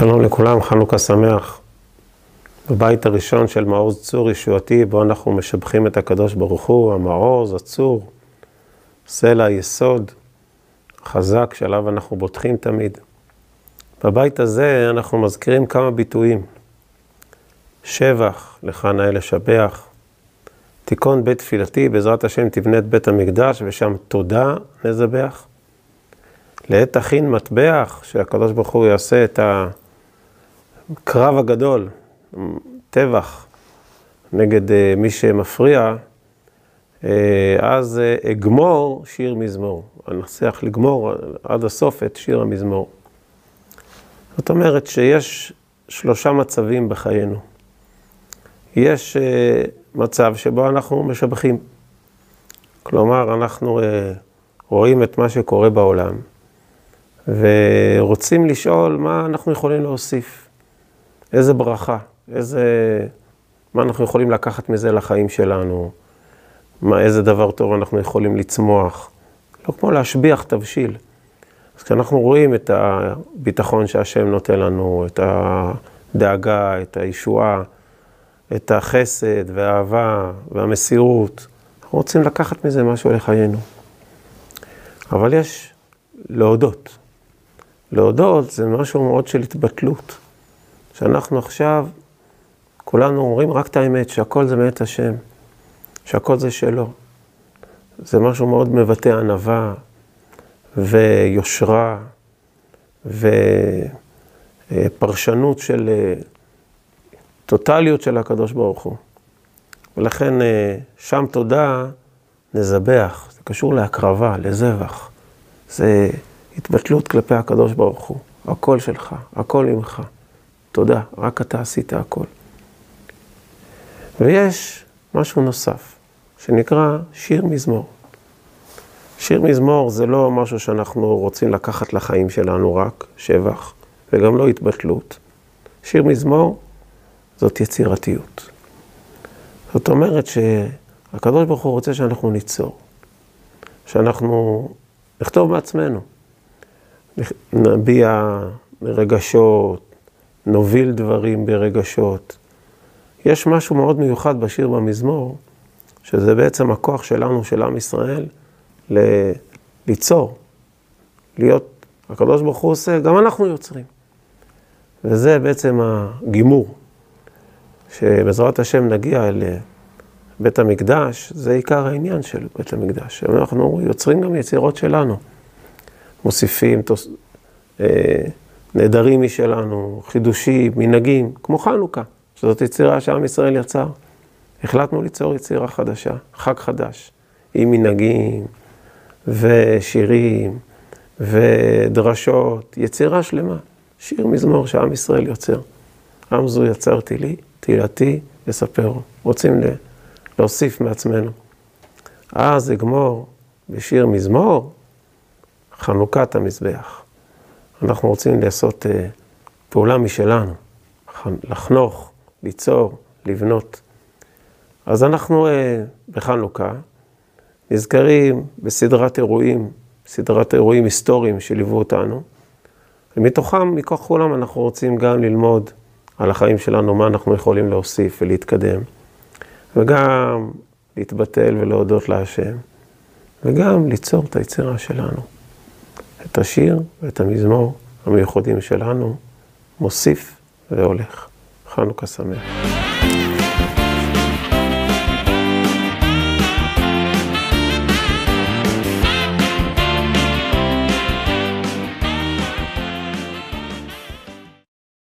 שלום לכולם, חנוכה שמח. בבית הראשון של מעוז צור ישועתי, בו אנחנו משבחים את הקדוש ברוך הוא, המעוז, הצור, סלע היסוד, חזק שעליו אנחנו בוטחים תמיד. בבית הזה אנחנו מזכירים כמה ביטויים. שבח, לך נאה לשבח. תיקון בית תפילתי, בעזרת השם תבנה את בית המקדש, ושם תודה נזבח. לעת תכין מטבח, שהקדוש ברוך הוא יעשה את הקרב הגדול, טבח, נגד מי שמפריע, אז אגמור שיר מזמור. אני נצליח לגמור עד הסוף את שיר המזמור. זאת אומרת שיש שלושה מצבים בחיינו. יש מצב שבו אנחנו משבחים. כלומר, אנחנו רואים את מה שקורה בעולם, ורוצים לשאול מה אנחנו יכולים להוסיף. איזה ברכה, מה אנחנו יכולים לקחת מזה לחיים שלנו, איזה דבר טוב אנחנו יכולים לצמוח. לא כמו להשביח תבשיל. אז כשאנחנו רואים את הביטחון שהשם נותן לנו, את הדאגה, את הישועה, את החסד והאהבה והמסירות, אנחנו רוצים לקחת מזה משהו לחיינו. אבל יש להודות. להודות זה משהו מאוד של התבטלות. שאנחנו עכשיו, כולנו אומרים רק את האמת, שהכל זה מאת השם, שהכל זה שלו. זה משהו מאוד מבטא ענווה ויושרה ופרשנות של טוטליות של הקדוש ברוך הוא. ולכן שם תודה נזבח, זה קשור להקרבה, לזבח. זה התבטלות כלפי הקדוש ברוך הוא. הכל שלך, הכל ממך. תודה, רק אתה עשית הכל. ויש משהו נוסף, שנקרא שיר מזמור. שיר מזמור זה לא משהו שאנחנו רוצים לקחת לחיים שלנו רק, שבח, וגם לא התבטלות. שיר מזמור זאת יצירתיות. זאת אומרת שהקדוש ברוך הוא רוצה שאנחנו ניצור. שאנחנו נכתוב בעצמנו. נביע רגשות, נוביל דברים ברגשות. יש משהו מאוד מיוחד בשיר במזמור, שזה בעצם הכוח שלנו, של עם ישראל, ליצור, להיות, הקדוש ברוך הוא עושה, גם אנחנו יוצרים. וזה בעצם הגימור, שבעזרת השם נגיע אל בית המקדש, זה עיקר העניין של בית המקדש. אנחנו יוצרים גם יצירות שלנו, מוסיפים, נדרים משלנו, חידושים, מנהגים, כמו חנוכה, שזאת יצירה שעם ישראל יצר. החלטנו ליצור יצירה חדשה, חג חדש, עם מנהגים ושירים ודרשות, יצירה שלמה, שיר מזמור שעם ישראל יוצר. עם זו יצרתי לי, תהילתי יספרו. רוצים להוסיף מעצמנו. אז אגמור בשיר מזמור, חנוכת המזבח. אנחנו רוצים לעשות פעולה משלנו, לחנוך, ליצור, לבנות. אז אנחנו בחנוכה נזכרים בסדרת אירועים היסטוריים שליוו אותנו, ומתוכם, מכוח כולם, אנחנו רוצים גם ללמוד על החיים שלנו, מה אנחנו יכולים להוסיף ולהתקדם, וגם להתבטל ולהודות להשם, וגם ליצור את היצירה שלנו. את השיר ואת המזמור המיוחדים שלנו, מוסיף והולך. חנוכה שמח.